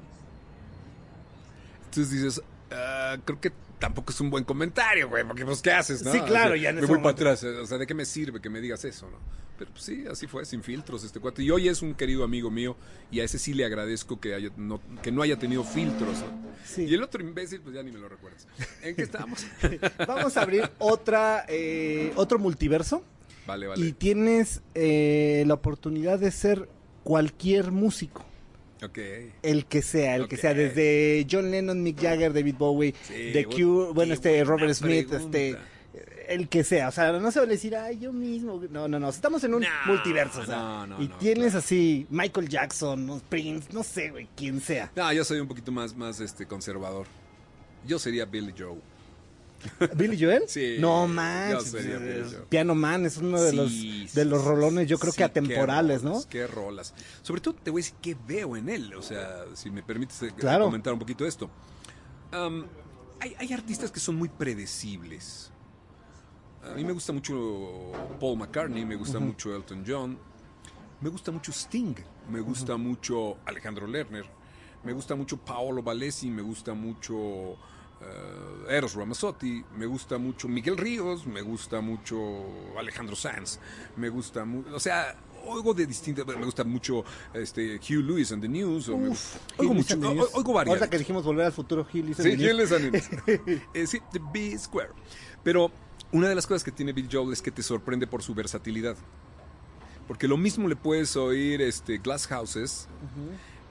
Entonces dices, ah, creo que tampoco es un buen comentario, güey, porque pues ¿qué haces, no? Sí, claro, O sea, ya en me ese voy para momento. atrás, o sea, ¿de qué me sirve que me digas eso, no? Pero pues, sí, así fue, sin filtros este cuate. Y hoy es un querido amigo mío y a ese sí le agradezco que, haya, no, que no haya tenido filtros, ¿no? Sí. Y el otro imbécil, pues ya ni me lo recuerdas. ¿En qué estábamos? Vamos a abrir otra, eh, otro multiverso. Vale, vale. Y tienes eh, la oportunidad de ser cualquier músico. Ok. El que sea, el que Ok. sea, desde John Lennon, Mick Jagger, David Bowie, Sí, The bu- Cure, bueno, qué este buena Robert Smith, pregunta. este, el que sea, o sea, no se va a decir, ay, yo mismo, no, no, no, estamos en un No, multiverso, o sea, no, no, y no, tienes claro. así Michael Jackson, ¿no? Prince, no sé, güey, quien sea. No, yo soy un poquito más, más este, conservador. Yo sería Billy Joe. ¿Billy Joel? Sí, No yo manches, sería Billy eh, Joel. Piano Man es uno de Sí, los sí, de los sí, rolones, yo sí, creo sí, que atemporales, qué rolas, ¿no? Qué rolas. Sobre todo te voy a decir qué veo en él. O sea, si me permites eh, Claro. comentar un poquito esto. Am, hay, hay artistas que son muy predecibles. A mí me gusta mucho Paul McCartney, me gusta mucho Elton John, me gusta mucho Sting, me gusta mucho Alejandro Lerner, me gusta mucho Paolo Valesi, me gusta mucho eh, Eros Ramazzotti, me gusta mucho Miguel Ríos, me gusta mucho Alejandro Sanz, me gusta mucho, o sea, oigo de distintas, me gusta mucho este Hugh Lewis and the News, o me- Uf, oigo Hugh mucho, Lewis and the o- News. oigo varias. Ahorita que dijimos volver al futuro, Hugh Lewis and Sí, the News. Hugh Lewis and the News. Eh, sí, The B Square. Pero una de las cosas que tiene Bill Joel es que te sorprende por su versatilidad. Porque lo mismo le puedes oír este, Glass Houses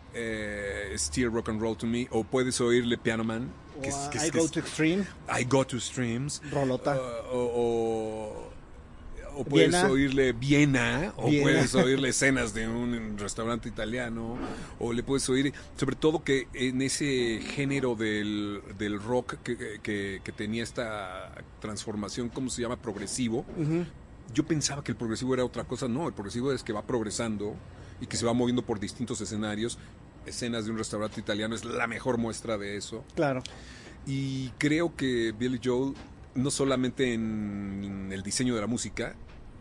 eh, Still Rock and Roll to Me, o puedes oírle Piano Man. O que es- a que es- I que Go es- to Extreme, I Go to Streams. Rolota. Uh, o, o, o puedes Viena. oírle Viena, o Viena. puedes oírle escenas de un restaurante italiano, o le puedes oír, sobre todo que en ese género del, del rock que, que, que tenía esta transformación, ¿cómo se llama? Progresivo. Ujú. Yo pensaba que el progresivo era otra cosa, no, el progresivo es que va progresando y que se va moviendo por distintos escenarios. Escenas de un restaurante italiano es la mejor muestra de eso. Claro. Y creo que Billy Joel, no solamente en el diseño de la música,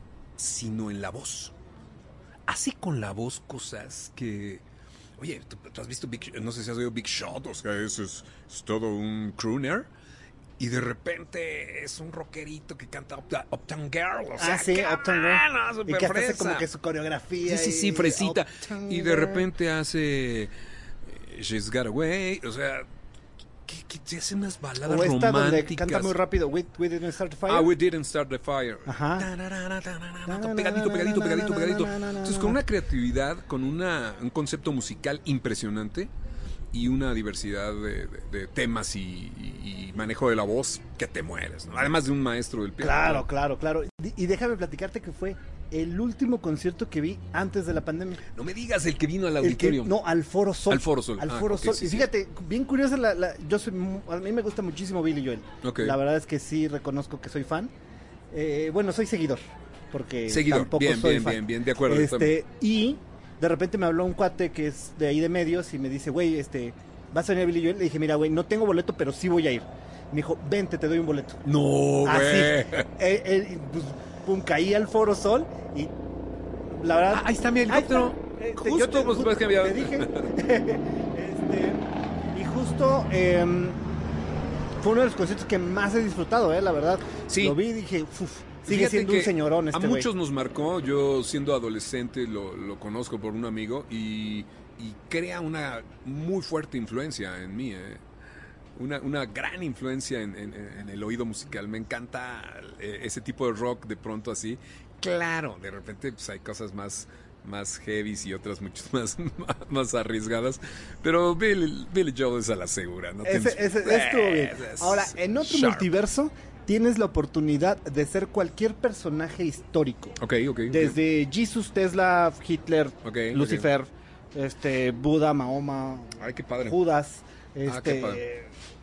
sino en la voz. Hace con la voz cosas que... Oye, ¿tú, tú has visto Big, no sé si has oído Big Shot? O sea, eso es, es todo un crooner. Y de repente es un rockerito que canta Upta- Uptown Girl. O sea, Ah, sí, qué Uptown Girl. bueno, Y súper que hasta hace fresa. como que su coreografía. Sí, sí, sí, y- fresita. Uptown Y de Girl. repente hace eh, She's Got Away. O sea, que, que te hace unas baladas O esta donde románticas. canta muy rápido, We, we Didn't Start the Fire. Ah, We Didn't Start the Fire. Ajá. Tararara, tararara, Pegadito, pegadito, pegadito, pegadito. Entonces, con una creatividad, con una, un concepto musical impresionante y una diversidad de, de- de temas y, y- y manejo de la voz que te mueres, ¿no? Además de un maestro del piano. Claro, claro, claro. Y y déjame platicarte que fue el último concierto que vi antes de la pandemia. No me digas el que vino al El que, auditorio. no, al Foro Sol. Al Foro Sol. Al Ah, Foro ok, Sol. sí, y sí. fíjate, bien curiosa, la, la- yo soy, mu- a mí me gusta muchísimo Billy Joel. Ok. La verdad es que sí reconozco que soy fan. Eh, bueno, soy seguidor, porque Seguidor, tampoco bien, soy bien, fan. bien, bien, de acuerdo. Este, y de repente me habló un cuate que es de ahí de medios y me dice, güey, este, ¿vas a venir a Billy Joel? Le dije, mira, güey, no tengo boleto, pero sí voy a ir. Me dijo, vente, te doy un boleto. No, Así. güey. Eh, eh, y, pues, pum, caí al Foro Sol y la verdad... Ah, ahí está mi Ahí helicóptero. está. Eh, te- Justo, yo te- pues, ju- ves que había- te dije. Este, y justo em, fue uno de los conciertos que más he disfrutado, eh, la verdad. Sí. Lo vi y dije, uf, sigue Fíjate siendo un que señorón este A güey. muchos nos marcó, yo siendo adolescente lo, lo conozco por un amigo y, y crea una muy fuerte influencia en mí, ¿eh? Una, una gran influencia en, en- en el oído musical. Me encanta eh, ese tipo de rock de pronto así. Claro, de repente pues, hay cosas más, más heavies y otras muchas más, más arriesgadas, pero Billy, Billy Joel es a la segura. ¿No? Ese, Tienes- ese- estuvo bien. Es- Ahora, en otro sharp. multiverso tienes la oportunidad de ser cualquier personaje histórico. Ok, ok. ok. Desde Jesus, Tesla, Hitler, Ok, Lucifer, este, Buda, Mahoma, Ay, qué padre. Judas, Ah, qué este, padre.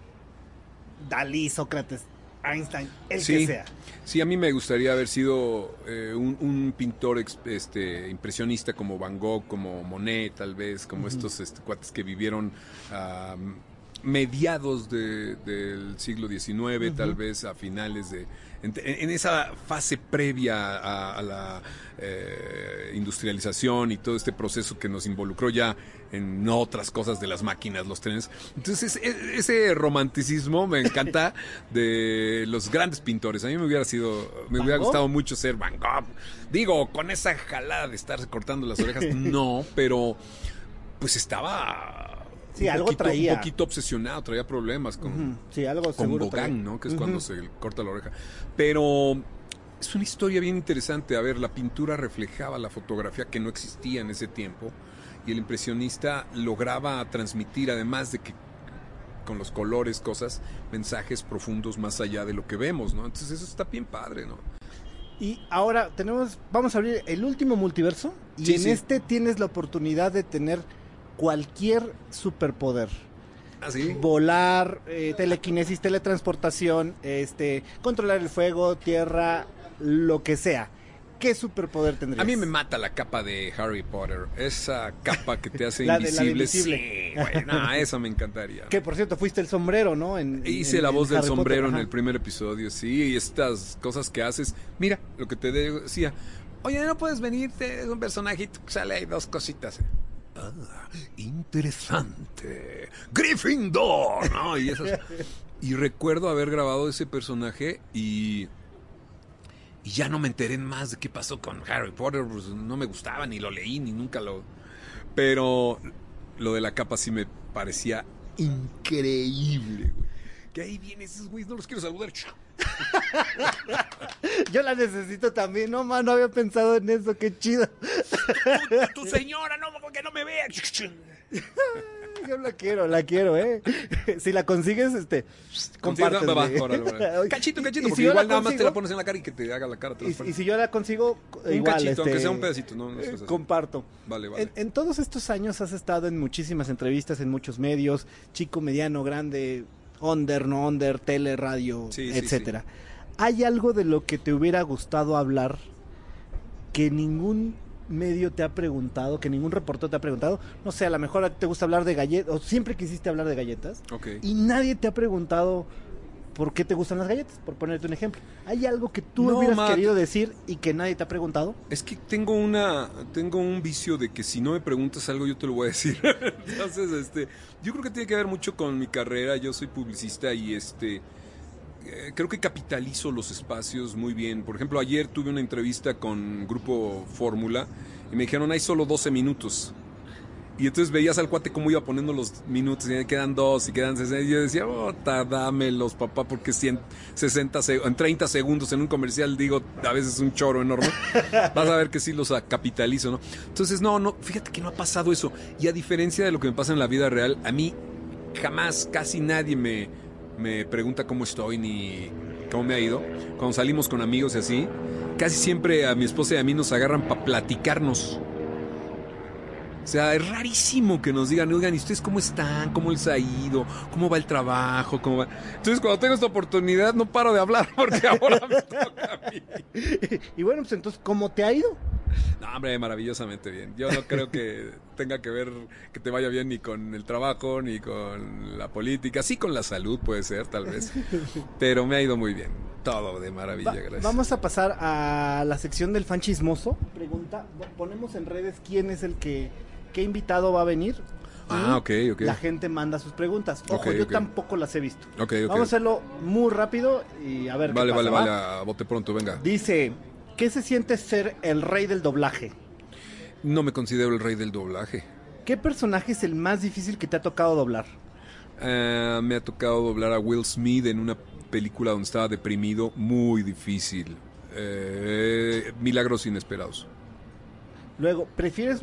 Dalí, Sócrates, Einstein, el Sí. que sea. Sí, a mí me gustaría haber sido eh, un, un pintor ex- este, impresionista como Van Gogh, como Monet, tal vez, como estos este, cuates que vivieron a mediados de- del siglo diecinueve, tal vez a finales de... En, en esa fase previa a, a la eh, industrialización y todo este proceso que nos involucró ya en otras cosas de las máquinas, los trenes. Entonces, e- ese romanticismo me encanta de los grandes pintores. A mí me hubiera sido, me ¿Van hubiera Gogh? gustado mucho ser Van Gogh. Digo, con esa jalada de estar cortando las orejas, no, pero pues estaba... Sí, un algo poquito, traía. Un poquito obsesionado, traía problemas con, Ujú, sí, algo con seguro Gauguin, traía. ¿no? Que es Ujú. cuando se corta la oreja. Pero es una historia bien interesante. A ver, la pintura reflejaba la fotografía que no existía en ese tiempo y el impresionista lograba transmitir, además de que con los colores, cosas, mensajes profundos más allá de lo que vemos, ¿no? Entonces eso está bien padre, ¿no? Y ahora tenemos, vamos a abrir el último multiverso y Sí, en sí. este tienes la oportunidad de tener cualquier superpoder. ¿Así? Volar, eh, telequinesis, teletransportación, este, controlar el fuego, tierra, lo que sea. ¿Qué superpoder tendrías? A mí me mata la capa de Harry Potter. Esa capa que te hace La de- la de invisible. invisible. Sí, güey. No, eso me encantaría. Que por cierto, fuiste el sombrero, ¿no? En, Hice en- la en voz del Harry sombrero Potter, en ajá. el primer episodio, sí, y estas cosas que haces. Mira, lo que te decía. Oye, no puedes venirte, es un personajito que sale ahí dos cositas. Ah, interesante. Gryffindor, ¿no? Y esas. Y recuerdo haber grabado ese personaje y. Y ya no me enteré más de qué pasó con Harry Potter, pues no me gustaba, ni lo leí, ni nunca lo... Pero lo de la capa sí me parecía increíble, güey. Que ahí vienen esos güeyes, no los quiero saludar. Yo la necesito también, no, man, no había pensado en eso, qué chido. Tu señora, no, que no me vea. Yo la quiero, la quiero, ¿eh? Si la consigues, este, compártela. Cachito, cachito, Y porque si yo igual la nada más te consigo- la pones en la cara y que te haga la cara. Y, y si yo la consigo, un igual, cachito, este, aunque sea un pedacito, no, no seas así. comparto. Vale, vale. En, en todos estos años has estado en muchísimas entrevistas, en muchos medios, chico, mediano, grande, under, no under, tele, radio, Sí, sí, etcétera. ¿Hay algo de lo que te hubiera gustado hablar que ningún medio te ha preguntado, que ningún reportero te ha preguntado? No sé, a lo mejor te gusta hablar de galletas, o siempre quisiste hablar de galletas, Ok. y nadie te ha preguntado por qué te gustan las galletas, por ponerte un ejemplo. ¿Hay algo que tú No, hubieras Matt. querido decir y que nadie te ha preguntado? Es que tengo una tengo un vicio de que si no me preguntas algo yo te lo voy a decir. Entonces, este, yo creo que tiene que ver mucho con mi carrera. Yo soy publicista y este eh, creo que capitalizo los espacios muy bien. Por ejemplo, ayer tuve una entrevista con Grupo Fórmula y me dijeron, hay solo doce minutos. Y entonces veías al cuate cómo iba poniendo los minutos, y quedan dos, y quedan sesenta, y yo decía, oh, dámelos, papá, porque cien, sesenta, en treinta segundos en un comercial, digo, a veces es un choro enorme, vas a ver que sí los capitalizo, ¿no? Entonces, no, no, fíjate que no ha pasado eso, y a diferencia de lo que me pasa en la vida real, a mí jamás, casi nadie me, me pregunta cómo estoy, ni cómo me ha ido. Cuando salimos con amigos y así, casi siempre a mi esposa y a mí nos agarran para platicarnos. O sea, es rarísimo que nos digan, oigan, ¿y ustedes cómo están? ¿Cómo les ha ido? ¿Cómo va el trabajo? ¿Cómo va? Entonces, cuando tengo esta oportunidad, no paro de hablar porque ahora me toca a mí. Y bueno, pues entonces, ¿cómo te ha ido? No, hombre, maravillosamente bien. Yo no creo que tenga que ver que te vaya bien ni con el trabajo, ni con la política. Sí, con la salud puede ser, tal vez. Pero me ha ido muy bien. Todo de maravilla, Va- gracias. Vamos a pasar a la sección del fan chismoso. Pregunta, ponemos en redes quién es el que, qué invitado va a venir. Ah, y ok, ok. La gente manda sus preguntas. Ojo, Ok, yo ok. tampoco las he visto. Ok, ok. Vamos a hacerlo muy rápido y a ver Vale, qué pasa. vale, ¿va? vale, a bote pronto, venga. Dice, ¿qué se siente ser el rey del doblaje? No me considero el rey del doblaje. ¿Qué personaje es el más difícil que te ha tocado doblar? Ah, me ha tocado doblar a Will Smith en una película donde estaba deprimido, muy difícil. Eh, milagros inesperados. Luego, ¿prefieres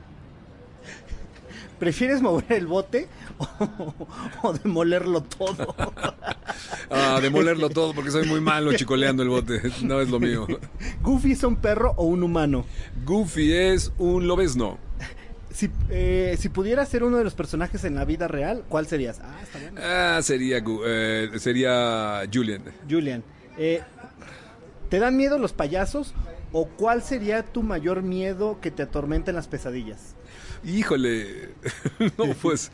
prefieres mover el bote o, o demolerlo todo? Ah, demolerlo todo porque soy muy malo chicoleando el bote. No es lo mío. ¿Goofy es un perro o un humano? Goofy es un lobezno. Si, eh, si pudieras ser uno de los personajes en la vida real, ¿cuál serías? Ah, está bueno. Ah, sería, Gu- eh, sería Julian. Julian, eh, ¿te dan miedo los payasos o cuál sería tu mayor miedo que te atormenta en las pesadillas? Híjole. No, pues.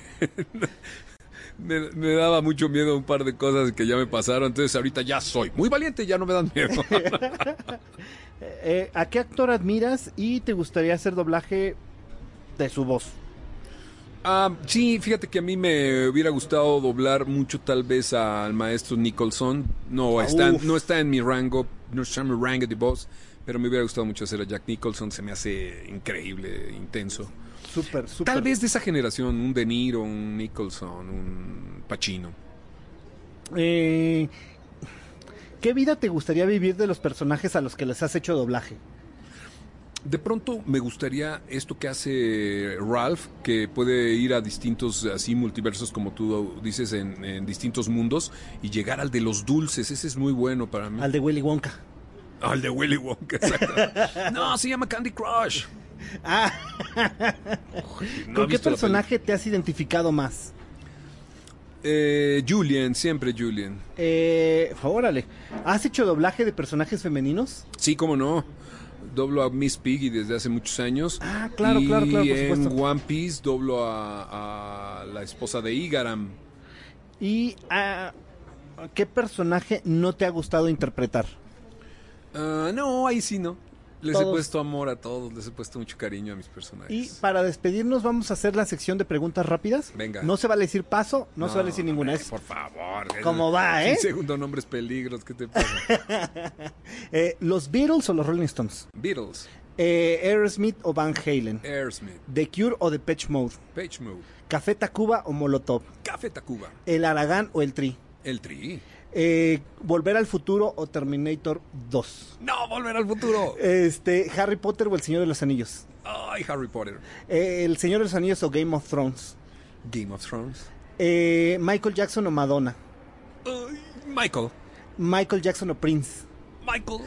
Me, me daba mucho miedo un par de cosas que ya me pasaron. Entonces ahorita ya soy muy valiente, ya no me dan miedo. Eh, ¿A qué actor admiras y te gustaría hacer doblaje de su voz? Ah, sí, fíjate que a mí me hubiera gustado doblar mucho tal vez al maestro Nicholson. No Ah, está, uf. no está en mi rango, no está en mi rango de voz, pero me hubiera gustado mucho hacer a Jack Nicholson. Se me hace increíble, intenso. Súper, súper. Tal vez de esa generación, un De Niro, un Nicholson, un Pacino. Eh, ¿Qué vida te gustaría vivir de los personajes a los que les has hecho doblaje? De pronto me gustaría esto que hace Ralph, que puede ir a distintos así multiversos, como tú dices, en, en distintos mundos, y llegar al de los dulces. Ese es muy bueno para mí. Al de Willy Wonka. Al de Willy Wonka, exacto. No, se llama Candy Crush. Ah. No ¿Con he qué visto la personaje te has identificado más? Eh, Julian, siempre Julian. Eh, órale. ¿Has hecho doblaje de personajes femeninos? Sí, cómo no. Doblo a Miss Piggy desde hace muchos años. Ah, claro, y claro, claro, por en supuesto. One Piece doblo a, a la esposa de Igaram. ¿Y ah, qué personaje no te ha gustado interpretar? Ah, no, ahí sí no. Les he Todos. puesto amor a todos, les he puesto mucho cariño a mis personajes. Y para despedirnos vamos a hacer la sección de preguntas rápidas. Venga. No se vale decir paso, no, se vale decir ninguna. hombre, Es, por favor. ¿Cómo va, eh? Mi segundo nombre es Peligros, ¿qué te pasa? eh, ¿Los Beatles o los Rolling Stones? Beatles, Eh, ¿Aerosmith o Van Halen? Aerosmith, ¿The Cure o Depeche Mode? Page Mode, ¿Café Tacuba o Molotov? Café Tacuba, ¿El Aragán o el Tri? El Tri, Eh, Volver al futuro o Terminator dos. No, Volver al futuro. Este, Harry Potter o El Señor de los Anillos. Ay, Harry Potter. Eh, El Señor de los Anillos o Game of Thrones. Game of Thrones. Eh, Michael Jackson o Madonna. Ay, Michael. Michael Jackson o Prince. Michael.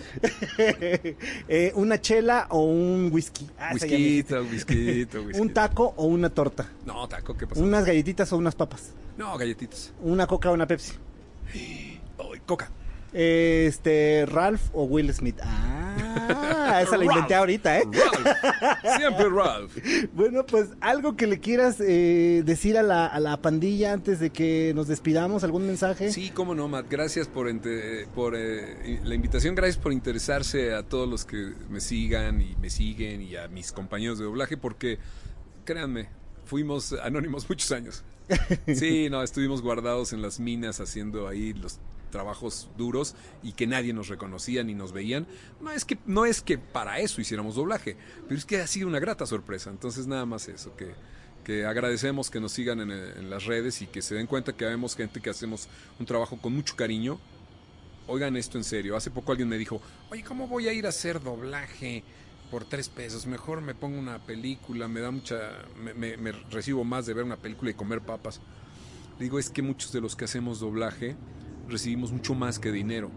eh, Una chela o un whisky. Ah, esa ya me dijiste. Whisky, whisky, whisky. Un taco o una torta. No, taco, ¿qué pasa? Unas galletitas o unas papas. No, galletitas. Una coca o una Pepsi. Ay, coca. Este, Ralph o Will Smith. Ah, esa la inventé Ralph. ahorita, ¿eh? Ralph. Siempre Ralph. Bueno, pues algo que le quieras eh, decir a la, a la pandilla antes de que nos despidamos, algún mensaje. Sí, cómo no, Matt. Gracias por, ente- por eh, la invitación, gracias por interesarse a todos los que me sigan y me siguen y a mis compañeros de doblaje, porque créanme, fuimos anónimos muchos años. Sí, no, estuvimos guardados en las minas haciendo ahí los trabajos duros y que nadie nos reconocía ni nos veían. No es que no es que para eso hiciéramos doblaje, pero es que ha sido una grata sorpresa. Entonces nada más eso, que, que agradecemos que nos sigan en, en las redes y que se den cuenta que vemos gente que hacemos un trabajo con mucho cariño. Oigan esto en serio. Hace poco alguien me dijo, oye, ¿cómo voy a ir a hacer doblaje por tres pesos? Mejor me pongo una película, me da mucha, me, me, me recibo más de ver una película y comer papas. Le digo, es que muchos de los que hacemos doblaje recibimos mucho más que dinero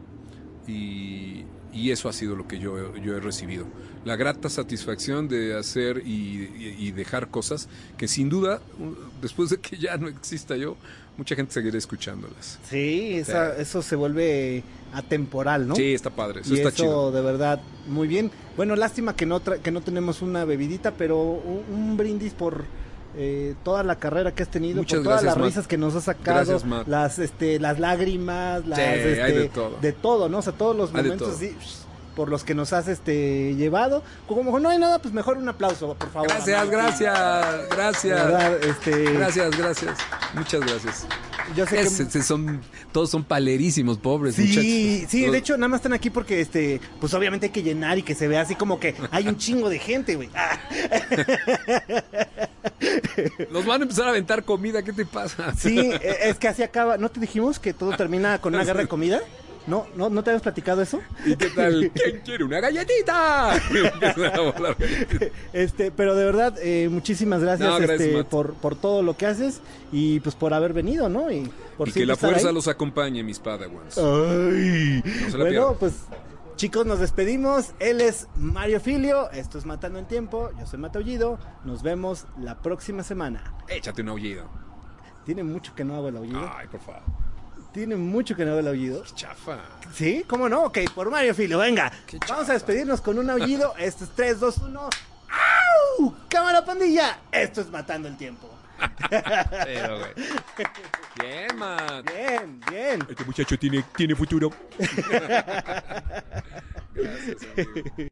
y, y eso ha sido lo que yo, yo he recibido, la grata satisfacción de hacer y, y, y dejar cosas que sin duda después de que ya no exista yo, mucha gente seguirá escuchándolas. Sí, esa, Sí. eso se vuelve atemporal, ¿no? Sí, está padre, eso y está eso chido. de verdad muy bien. Bueno, lástima que no tra- que no tenemos una bebidita, pero un, un brindis por eh, toda la carrera que has tenido, Muchas por todas gracias, las Matt. risas que nos has sacado, Gracias, Matt. las este las lágrimas, las Sí, este, hay de todo. de todo, ¿no? O sea, todos los Hay de momentos todo. así, por los que nos has este llevado. Como no hay nada, pues mejor un aplauso, por favor. Gracias, Amado. gracias, De gracias. verdad, este, Gracias, gracias. Muchas gracias. yo sé que Es- es- son, todos son palerísimos, pobres Sí, muchachos. sí, Todos- de hecho nada más están aquí porque este, pues obviamente hay que llenar y que se vea así como que hay un chingo de gente, güey. Ah. Nos van a empezar a aventar comida, ¿qué te pasa? Sí, eh, es que así acaba. ¿No te dijimos que todo termina con una guerra de comida? ¿No? ¿No, no te habías platicado eso? ¿Y qué tal? ¿Quién quiere una galletita? Empiezan a volar galletitas. Este, pero de verdad, eh, muchísimas gracias, No, gracias, este, Matt. por, por todo lo que haces y pues por haber venido, ¿no? Y por Y que siempre la estar fuerza ahí. los acompañe, mis padawans. Ay. No se la Bueno, pierdan. pues chicos, nos despedimos. Él es Mario Filio, esto es Matando en Tiempo, yo soy Mataullido. Nos vemos la próxima semana. Échate un aullido. Tiene mucho que no hago el aullido. Ay, por favor. Tiene mucho que no hago el aullido. Chafa. ¿Sí? ¿Cómo no? Ok, por Mario Filio, venga. Qué Vamos chafa. a despedirnos con un aullido. Esto es tres, dos, uno. ¡Au! ¡Cámara, pandilla! Esto es Matando el Tiempo. Pero, güey. Bien, man. Bien, bien. Este muchacho tiene, tiene futuro. Gracias, amigo.